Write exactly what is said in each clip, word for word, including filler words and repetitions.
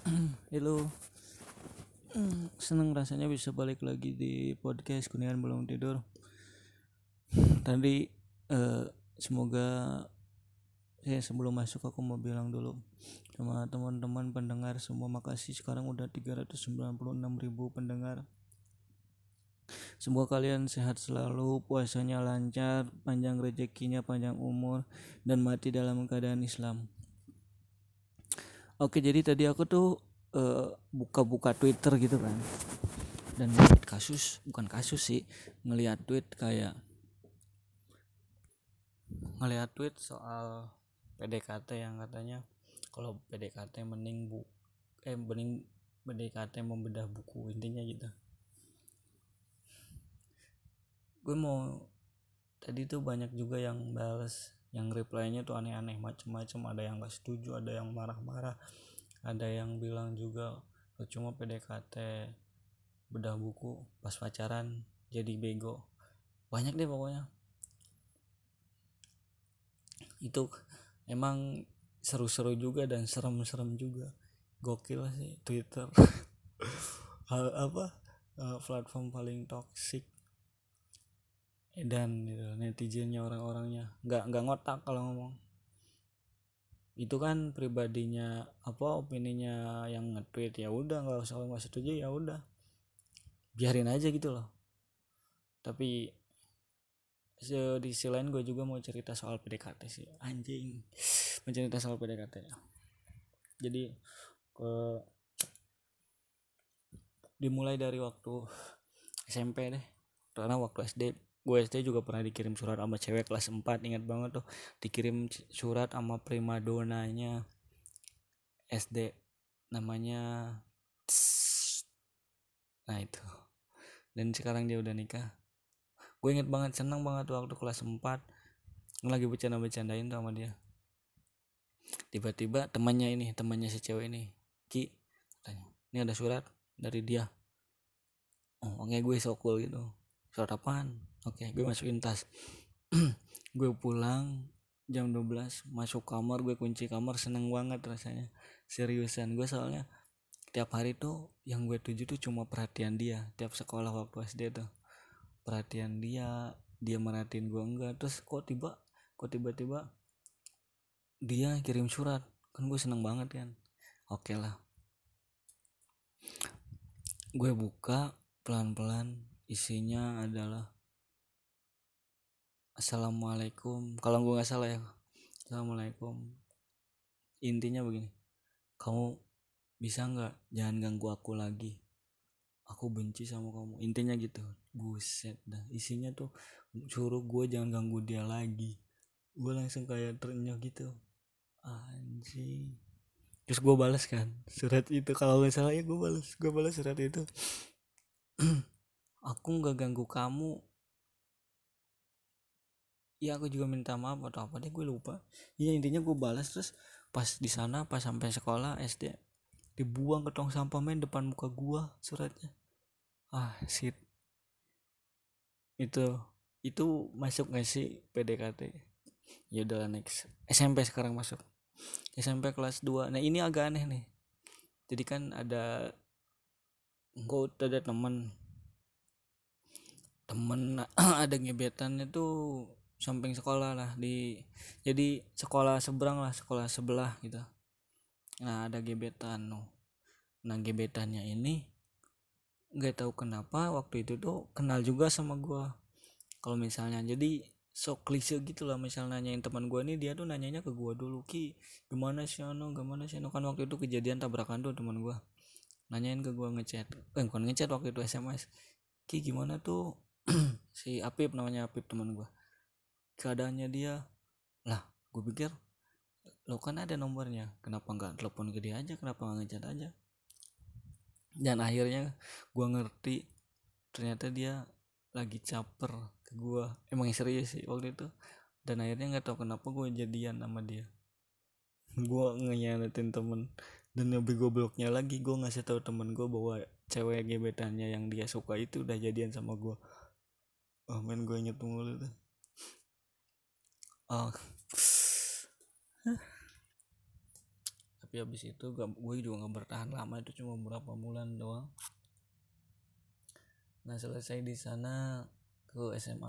Halo, seneng rasanya bisa balik lagi di podcast Kuningan Belum Tidur. Tadi eh, semoga saya sebelum masuk aku mau bilang dulu sama teman-teman pendengar semua, makasih sekarang udah tiga ratus sembilan puluh enam ribu pendengar. Semoga kalian sehat selalu, puasanya lancar, panjang rezekinya, panjang umur, dan mati dalam keadaan Islam. Oke, jadi tadi aku tuh eh, buka-buka Twitter gitu kan, dan ngeliat kasus, bukan kasus sih, ngeliat tweet kayak ngeliat tweet soal P D K T yang katanya kalau P D K T mending bu eh mending P D K T membedah buku, intinya gitu. Gue mau tadi tuh banyak juga yang balas, yang reply-nya tuh aneh-aneh macem-macem, ada yang gak setuju, ada yang marah-marah, ada yang bilang juga cuma P D K T bedah buku pas pacaran jadi bego, banyak deh pokoknya. Itu emang seru-seru juga dan serem-serem juga, gokil sih Twitter. Hal apa uh, platform paling toksik dan gitu, netizennya, orang-orangnya nggak nggak ngotak kalau ngomong. Itu kan pribadinya, apa opininya yang nge-tweet, ya udah nggak usah, nggak setuju ya udah biarin aja gitu loh. Tapi di sisi lain gue juga mau cerita soal P D K T sih, anjing, mencerita soal P D K T. Jadi ke dimulai dari waktu S M P deh, karena waktu S D, gue S D juga pernah dikirim surat sama cewek kelas empat, ingat banget tuh, dikirim surat sama primadonanya S D, namanya Tss. Nah itu, dan sekarang dia udah nikah. Gue inget banget, senang banget waktu kelas empat lagi bercanda-bercandain tuh sama dia. Tiba-tiba temannya ini, temannya si cewek ini, Ki, tanya, ini ada surat dari dia. Oh oke, gue so cool gitu, surat apaan? Oke, gue masukin tas. Gue pulang jam dua belas, masuk kamar, gue kunci kamar, seneng banget rasanya, seriusan. Gue soalnya tiap hari tuh yang gue tuju tuh cuma perhatian dia, tiap sekolah waktu S D tuh perhatian dia, dia merhatiin gue enggak. Terus kok tiba kok tiba-tiba dia kirim surat, kan gue seneng banget kan. Oke lah, gue buka pelan-pelan, isinya adalah assalamualaikum, kalau gue nggak salah ya, assalamualaikum, intinya begini, kamu bisa nggak jangan ganggu aku lagi, aku benci sama kamu, intinya gitu. Buset dah, isinya tuh suruh gue jangan ganggu dia lagi. Gue langsung kayak terenyuh gitu, anjing. Terus gue balas kan surat itu, kalau nggak salah ya, gue balas gue balas surat itu. Aku nggak ganggu kamu, ya aku juga minta maaf atau apa deh, gue lupa. Iya intinya gue balas. Terus pas di sana, pas sampai sekolah S D, dibuang ke tong sampah men, depan muka gue suratnya. Ah shit, itu itu masuk gak sih P D K T? Ya udah next, S M P sekarang masuk S M P kelas dua. Nah ini agak aneh nih. Jadi kan ada, gue ada temen temen ada gebetannya tuh samping sekolah lah, di jadi sekolah seberang lah, sekolah sebelah gitu. Nah ada gebetan no. Nah gebetannya ini nggak tahu kenapa waktu itu tuh kenal juga sama gue. Kalau misalnya jadi so klise gitu lah, misalnya nanyain teman gue nih, dia tuh nanyanya ke gue dulu, Ki gimana sih ano, gimana sih ano, kan waktu itu kejadian tabrakan tuh teman gue, nanyain ke gue, ngechat, eh bukan ngechat, waktu itu S M S, Ki gimana tuh si Apip, namanya Apip teman gue, keadaannya dia. Lah gue pikir lo kan ada nomornya, kenapa nggak telepon ke dia aja, kenapa nggak ngechat aja. Dan akhirnya gue ngerti, ternyata dia lagi caper ke gue, emang serius sih waktu itu. Dan akhirnya nggak tahu kenapa gue jadian sama dia. Gue ngehianatin temen, dan lebih gobloknya lagi, gue ngasih tahu temen gue bahwa cewek gebetannya yang dia suka itu udah jadian sama gue. Oh men, gue inget mulu tuh. Oh tapi tapi habis itu gak, gue juga nggak bertahan lama, itu cuma beberapa bulan doang. Nah selesai di sana ke S M A.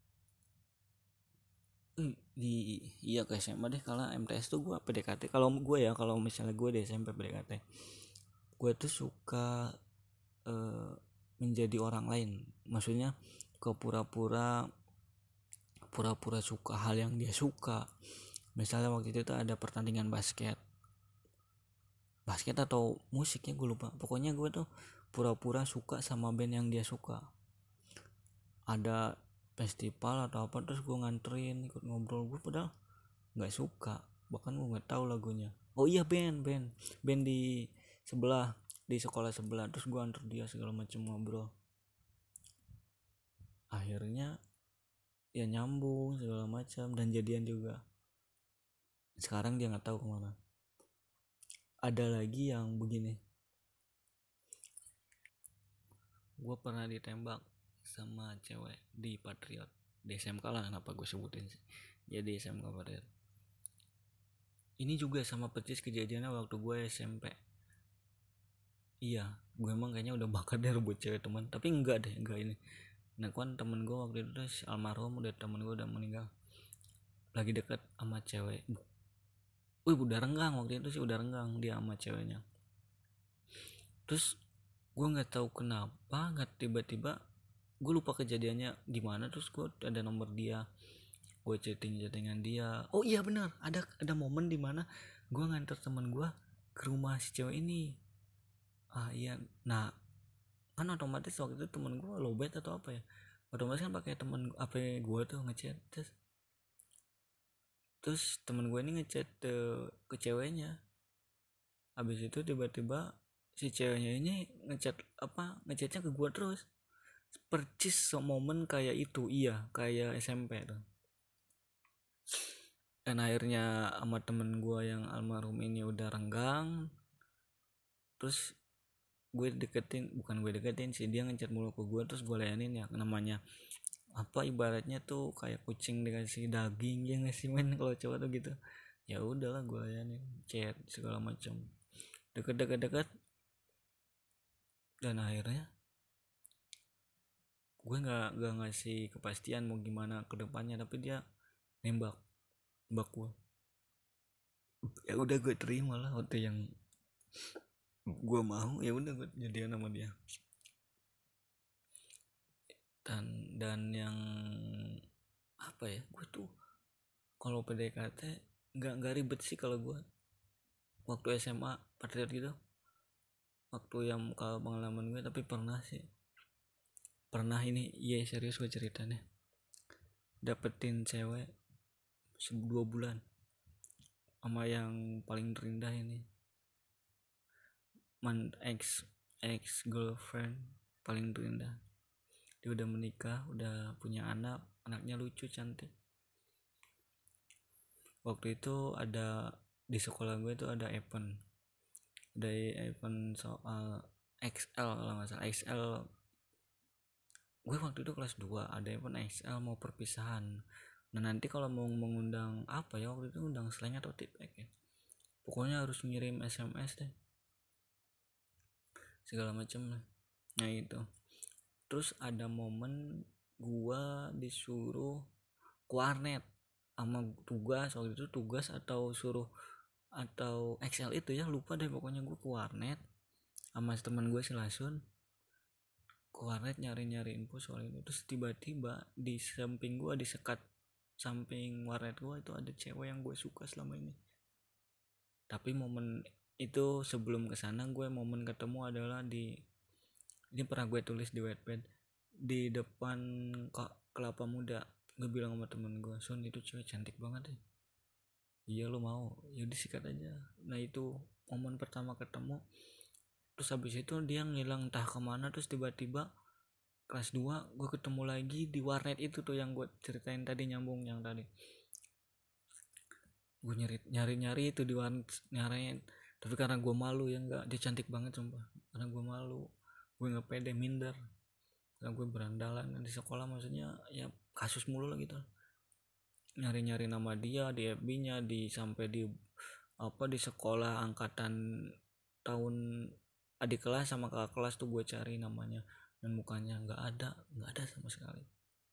Uh, di iya ke S M A deh, kalau M T S tuh gue P D K T. Kalau gue ya, kalau misalnya gue di S M P P D K T, gue tuh suka uh, menjadi orang lain. Maksudnya ke pura-pura pura-pura suka hal yang dia suka. Misalnya waktu itu tuh ada pertandingan basket basket atau musiknya gue lupa. Pokoknya gue tuh pura-pura suka sama band yang dia suka. Ada festival atau apa, terus gue nganterin ikut ngobrol. Gue padahal nggak suka, bahkan gue nggak tahu lagunya. Oh iya, band band band di sebelah, di sekolah sebelah. Terus gue antar dia segala macam ngobrol. Akhirnya ya nyambung segala macam dan jadian juga. Sekarang dia nggak tahu kemana. Ada lagi yang begini, gue pernah ditembak sama cewek di Patriot, di S M K lah, kenapa gue sebutin sih, jadi S M K Patriot. Ini juga sama persis kejadiannya waktu gue S M P. Iya, gue emang kayaknya udah bakat deh buat cewek teman, tapi enggak deh, enggak ini. Nah kan temen gue waktu itu tuh almarhum, udah temen gue udah meninggal, lagi deket sama cewek. Wih, udah renggang waktu itu sih, udah renggang dia sama ceweknya. Terus gue nggak tahu kenapa, nggak tiba-tiba gue lupa kejadiannya gimana. Terus gue ada nomor dia, gue chatting chattingan dia. Oh iya benar, ada ada momen dimana gue nganter teman gue ke rumah si cewek ini. Ah iya, nah kan otomatis waktu itu temen gue lowbat atau apa ya, otomatis kan pakai temen H P gue tuh ngechat. Terus terus temen gue ini ngechat uh, ke ceweknya. Habis itu tiba-tiba si ceweknya ini ngechat apa ngechatnya ke gue terus, percis semomen kayak itu. Iya, kayak S M P tuh. Dan akhirnya sama temen gue yang almarhum ini udah renggang. Terus gue deketin, bukan gue deketin sih, dia ngechat mulu ke gue. Terus gue layanin, ya namanya apa, ibaratnya tuh kayak kucing dikasih daging ya nggak sih men, kalau cowok tuh gitu. Ya udahlah gue layanin, chat segala macam, deket-deket-deket. Dan akhirnya gue nggak nggak ngasih kepastian mau gimana ke depannya, tapi dia nembak nembak gue. Ya udah gue terima lah, waktu yang gue mau ya udah gue jadian sama dia. dan dan yang apa ya, gue tuh kalau P D K T nggak nggak ribet sih kalau gue waktu S M A Patriot gitu, waktu yang kalau pengalaman gue. Tapi pernah sih, pernah ini, iya serius gue ceritanya, dapetin cewek dua bulan sama yang paling rendah ini, man ex ex girlfriend paling rendah. Dia udah menikah, udah punya anak, anaknya lucu cantik. Waktu itu ada di sekolah gue tuh ada event, ada event soal X L kalau nggak salah, X L. Gue waktu itu kelas dua, ada event X L mau perpisahan. Nah nanti kalau mau mengundang apa ya, waktu itu undang slang atau tipek ya, pokoknya harus ngirim S M S deh segala macam lah. Nah itu, terus ada momen gua disuruh ke warnet sama tugas, waktu itu tugas atau suruh atau Excel itu ya, lupa deh. Pokoknya gue ke warnet sama teman gue si Lasun, ke warnet nyari-nyari info soal itu. Terus tiba-tiba di samping gue, di sekat samping warnet gue itu ada cewek yang gue suka selama ini. Tapi momen itu sebelum kesana, gue momen ketemu adalah di, ini pernah gue tulis di Wattpad, di depan Kelapa Muda. Gue bilang sama temen gue, Sun itu cewek cantik banget deh. Iya lo mau, yaudah sikat aja. Nah itu momen pertama ketemu. Terus habis itu dia ngilang entah kemana. Terus tiba-tiba kelas dua gue ketemu lagi di warnet itu tuh yang gue ceritain tadi, nyambung yang tadi. Gue nyari nyari nyari itu di warnet, nyariin. Tapi karena gue malu ya, enggak, dia cantik banget sumpah. Karena gue malu, gue nggak pede, minder. Karena gue berandalan di sekolah, maksudnya ya kasus mulu lah gitu. Nyari-nyari nama dia di F B-nya, di sampai di apa di sekolah angkatan tahun adik kelas sama kakak kelas tuh gue cari namanya, dan mukanya nggak ada nggak ada sama sekali.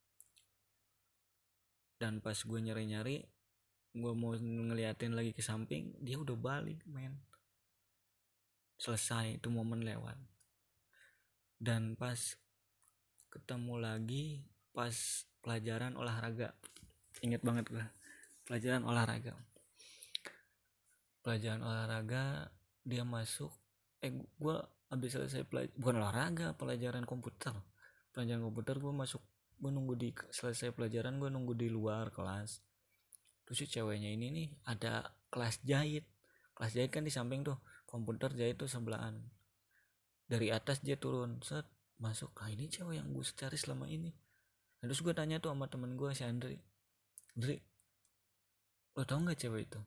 Dan pas gue nyari-nyari, gue mau ngeliatin lagi ke samping, dia udah balik men, selesai itu momen lewat. Dan pas ketemu lagi pas pelajaran olahraga, inget banget gue pelajaran olahraga pelajaran olahraga dia masuk, eh gue abis selesai pelaj- bukan olahraga, pelajaran komputer pelajaran komputer gue masuk, gue nunggu di selesai pelajaran, gue nunggu di luar kelas. Terus si ceweknya ini nih ada kelas jahit kelas jahit kan di samping tuh, komputer jahit tuh sebelahan. Dari atas dia turun set masuk, ah ini cewek yang gue cari selama ini. Dan terus gue tanya tuh sama temen gue si Andri, Andri lo tau nggak cewek itu?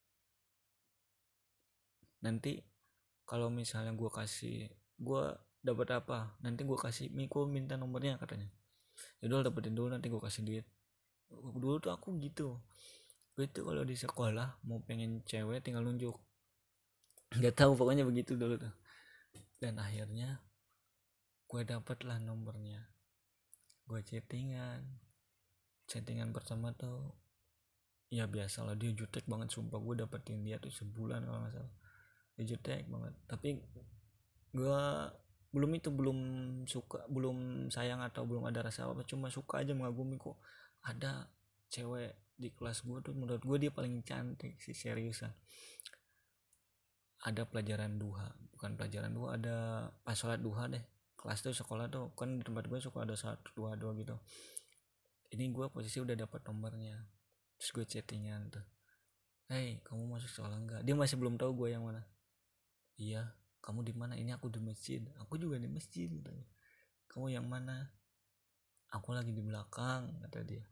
Nanti kalau misalnya gue kasih, gue dapat apa, nanti gue kasih Miko minta nomornya katanya. Jadi lo dapetin dulu, nanti gue kasih duit. Dulu tuh aku gitu, gue tuh kalau di sekolah mau pengen cewek tinggal nunjuk, nggak tahu pokoknya begitu dulu tuh. Dan akhirnya gue dapet lah nomornya, gue chattingan chattingan pertama tuh ya biasa lah, dia jutek banget sumpah. Gue dapetin dia tuh sebulan kalau nggak salah, dia jutek banget. Tapi gue belum itu belum suka, belum sayang atau belum ada rasa apa, cuma suka aja, mengagumi kok ada cewek di kelas gue tuh menurut gue dia paling cantik sih, seriusan. Ada pelajaran duha, bukan pelajaran duha, ada pas sholat duha deh, kelas tuh sekolah tuh kan di tempat gue suka ada sholat duha dua gitu. Ini gue posisi udah dapat nomornya, terus gue chattingan tuh, hey kamu masuk sekolah enggak, dia masih belum tahu gue yang mana. Iya, kamu di mana? Ini aku di masjid. Aku juga di masjid. Kamu yang mana? Aku lagi di belakang, kata dia.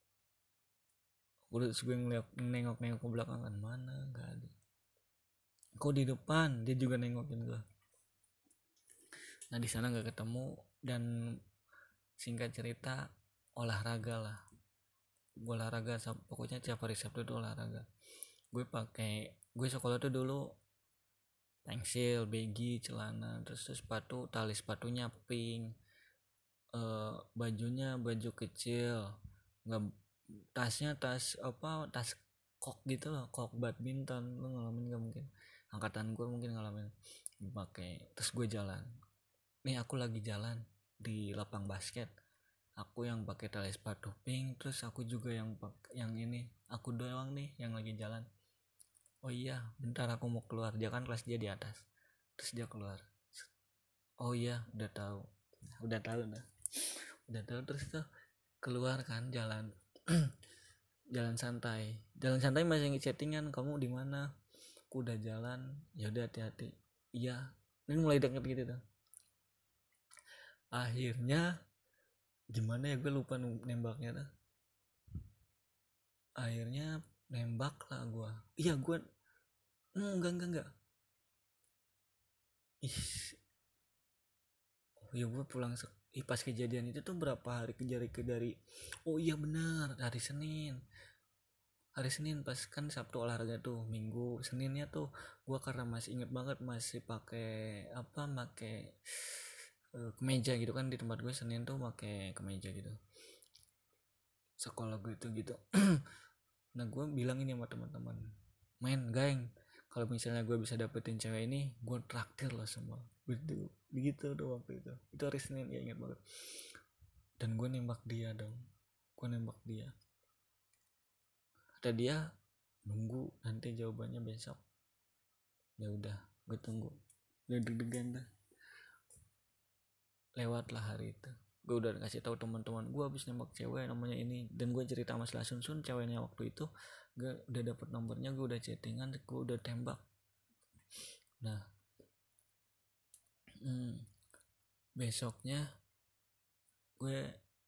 Udah gue ngeliat, nengok-nengok ke belakang kan, mana? Gak ada. Kok di depan? Dia juga nengokin gue. Nah di sana nggak ketemu. Dan singkat cerita olahraga lah. Gue olahraga, pokoknya tiap hari Sabtu itu olahraga. Gue pakai, gue sekolah tuh dulu pensil, baggy, celana, terus tuh sepatu, tali sepatunya pink, uh, bajunya baju kecil, nggak, tasnya tas apa, tas kok gitu loh, kok badminton. Lu ngalamin nggak? Mungkin angkatan gue mungkin ngalamin. Pakai, terus gue jalan nih, aku lagi jalan di lapang basket, aku yang pakai tali sepatu pink, terus aku juga yang yang ini, aku doang nih yang lagi jalan. Oh iya bentar aku mau keluar, dia kan kelas dia di atas, terus dia keluar. Oh iya udah tahu, udah tahu dah udah tahu terus tuh keluar kan, jalan jalan santai jalan santai masih chattingan, kamu di mana? Aku udah jalan, ya udah hati-hati. Iya, ini mulai deket gitu tuh. Akhirnya gimana ya, gue lupa nembaknya tuh. Akhirnya nembak lah gue. Iya gue enggak enggak enggak ih oh iya gue pulang se- ih pas kejadian itu tuh berapa hari kejari ke dari, oh iya benar, hari Senin hari Senin pas kan Sabtu olahraga tuh, Minggu Seninnya tuh gue karena masih inget banget, masih pakai apa, pakai uh, kemeja gitu kan, di tempat gue Senin tuh pakai kemeja gitu sekolah gue tuh gitu. Nah gue bilang ini sama teman-teman, main geng, kalau misalnya gue bisa dapetin cewek ini gue traktir lah semua, begitu begitu tuh waktu itu itu hari Senin ya, ingat banget. Dan gue nembak dia dong, gue nembak dia, kata dia nunggu nanti jawabannya besok. Ya udah gue tunggu, udah deg-degan dah. Lewatlah hari itu, gue udah kasih tahu teman-teman gue habis nembak cewek namanya ini, dan gue cerita masalah Sun Sun ceweknya waktu itu, gue udah dapet nomornya, gue udah chattingan, gue udah tembak. Nah hmm, besoknya gue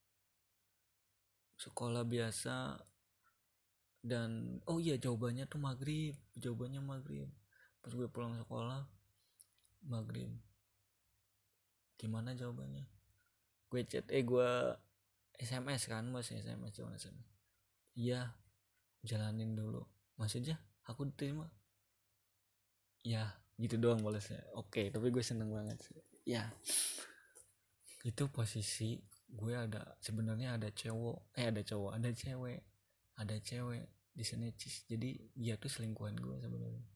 sekolah biasa, dan oh iya jawabannya tuh maghrib, jawabannya maghrib pas gue pulang sekolah maghrib. Gimana jawabannya? Gue chat, eh gue S M S kan, masih S M S, cuma S M S. Iya jalanin dulu, maksudnya aku diterima. ya gitu doang balasnya. Oke, tapi gue seneng banget sih. Ya itu posisi gue ada sebenarnya ada cowok eh ada cowok ada cewek ada cewek di Senecis, jadi dia tuh selingkuhan gue sebenarnya.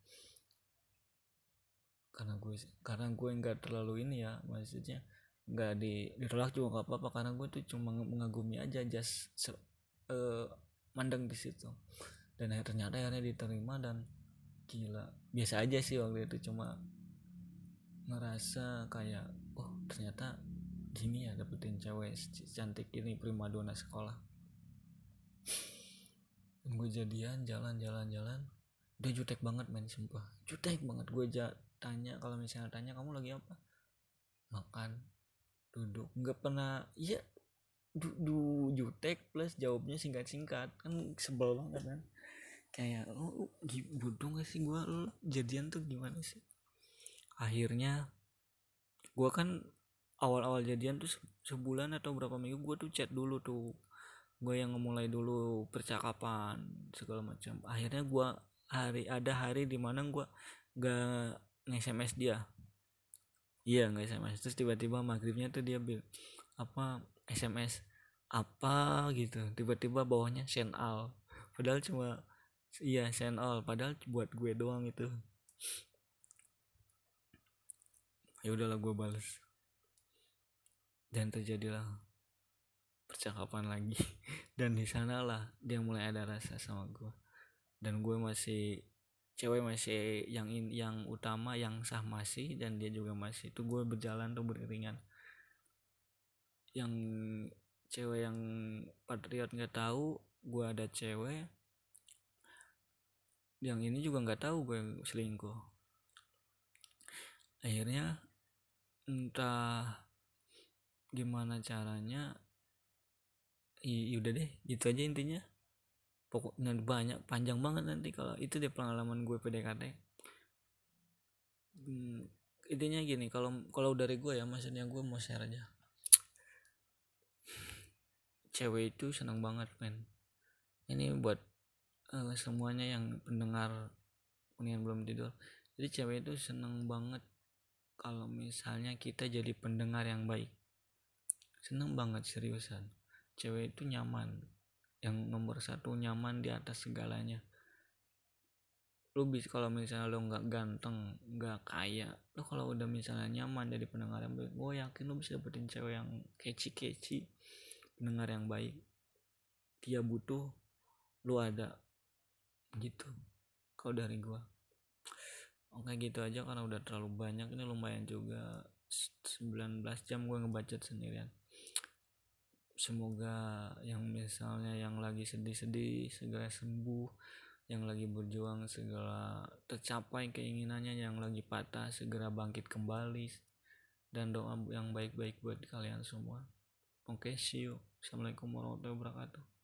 Karena gue karena gue nggak terlalu ini ya, maksudnya nggak di ditolak juga nggak apa-apa, karena gue tuh cuma mengagumi aja, just se, uh, mandang di situ. Dan ternyata akhirnya diterima, dan gila biasa aja sih waktu itu, cuma ngerasa kayak oh ternyata gini ya dapetin cewek cantik ini, primadona sekolah. Dan gue jadian jalan-jalan-jalan, dia jutek banget men, sumpah jutek banget. Gue aja tanya, kalau misalnya tanya kamu lagi apa, makan, duduk, nggak pernah iya du, du jutek plus jawabnya singkat-singkat, kan sebel banget kan. Kayak lu oh, bodoh gak sih gue, lu jadian tuh gimana sih. Akhirnya gue kan awal-awal jadian tuh sebulan atau berapa minggu gue tuh chat dulu tuh, gue yang memulai dulu percakapan segala macam. Akhirnya gue hari ada hari dimana gue gak nge-sms dia, iya nggak sms, terus tiba-tiba maghribnya tuh dia bil apa sms apa gitu, tiba-tiba bawahnya send all, padahal cuma iya send all, padahal buat gue doang itu. Ya udahlah gue balas, dan terjadilah percakapan lagi. Dan di sanalah dia mulai ada rasa sama gue, dan gue masih cewek masih yang in, yang utama yang sah masih, dan dia juga masih, itu gue berjalan tuh beriringan. Yang cewek yang patriot nggak tahu gue ada cewek, yang ini juga nggak tahu gue selingkuh. Akhirnya entah gimana caranya, i, udah deh gitu aja intinya. Pokoknya banyak, panjang banget nanti kalau itu deh pengalaman gue P D K T. Hmm, intinya gini, kalau kalau dari gue ya, maksudnya gue mau share aja. Cewek itu senang banget men. Ini buat uh, semuanya yang pendengar yang belum tidur. Jadi cewek itu senang banget kalau misalnya kita jadi pendengar yang baik. Seneng banget seriusan. Cewek itu nyaman, yang nomor satu nyaman di atas segalanya. Lu bisa kalau misalnya lu nggak ganteng, nggak kaya, lu kalau udah misalnya nyaman jadi pendengar yang baik, gue yakin lu bisa dapetin cewek yang keci-keci, pendengar yang baik. Dia butuh, lu ada, gitu. Kalau dari gue, oke gitu aja karena udah terlalu banyak, ini lumayan juga sembilan belas jam gue ngebacot sendirian. Semoga yang misalnya yang lagi sedih-sedih segera sembuh, yang lagi berjuang segera tercapai keinginannya, yang lagi patah segera bangkit kembali, dan doa yang baik-baik buat kalian semua. Oke, see you. Assalamualaikum warahmatullahi wabarakatuh.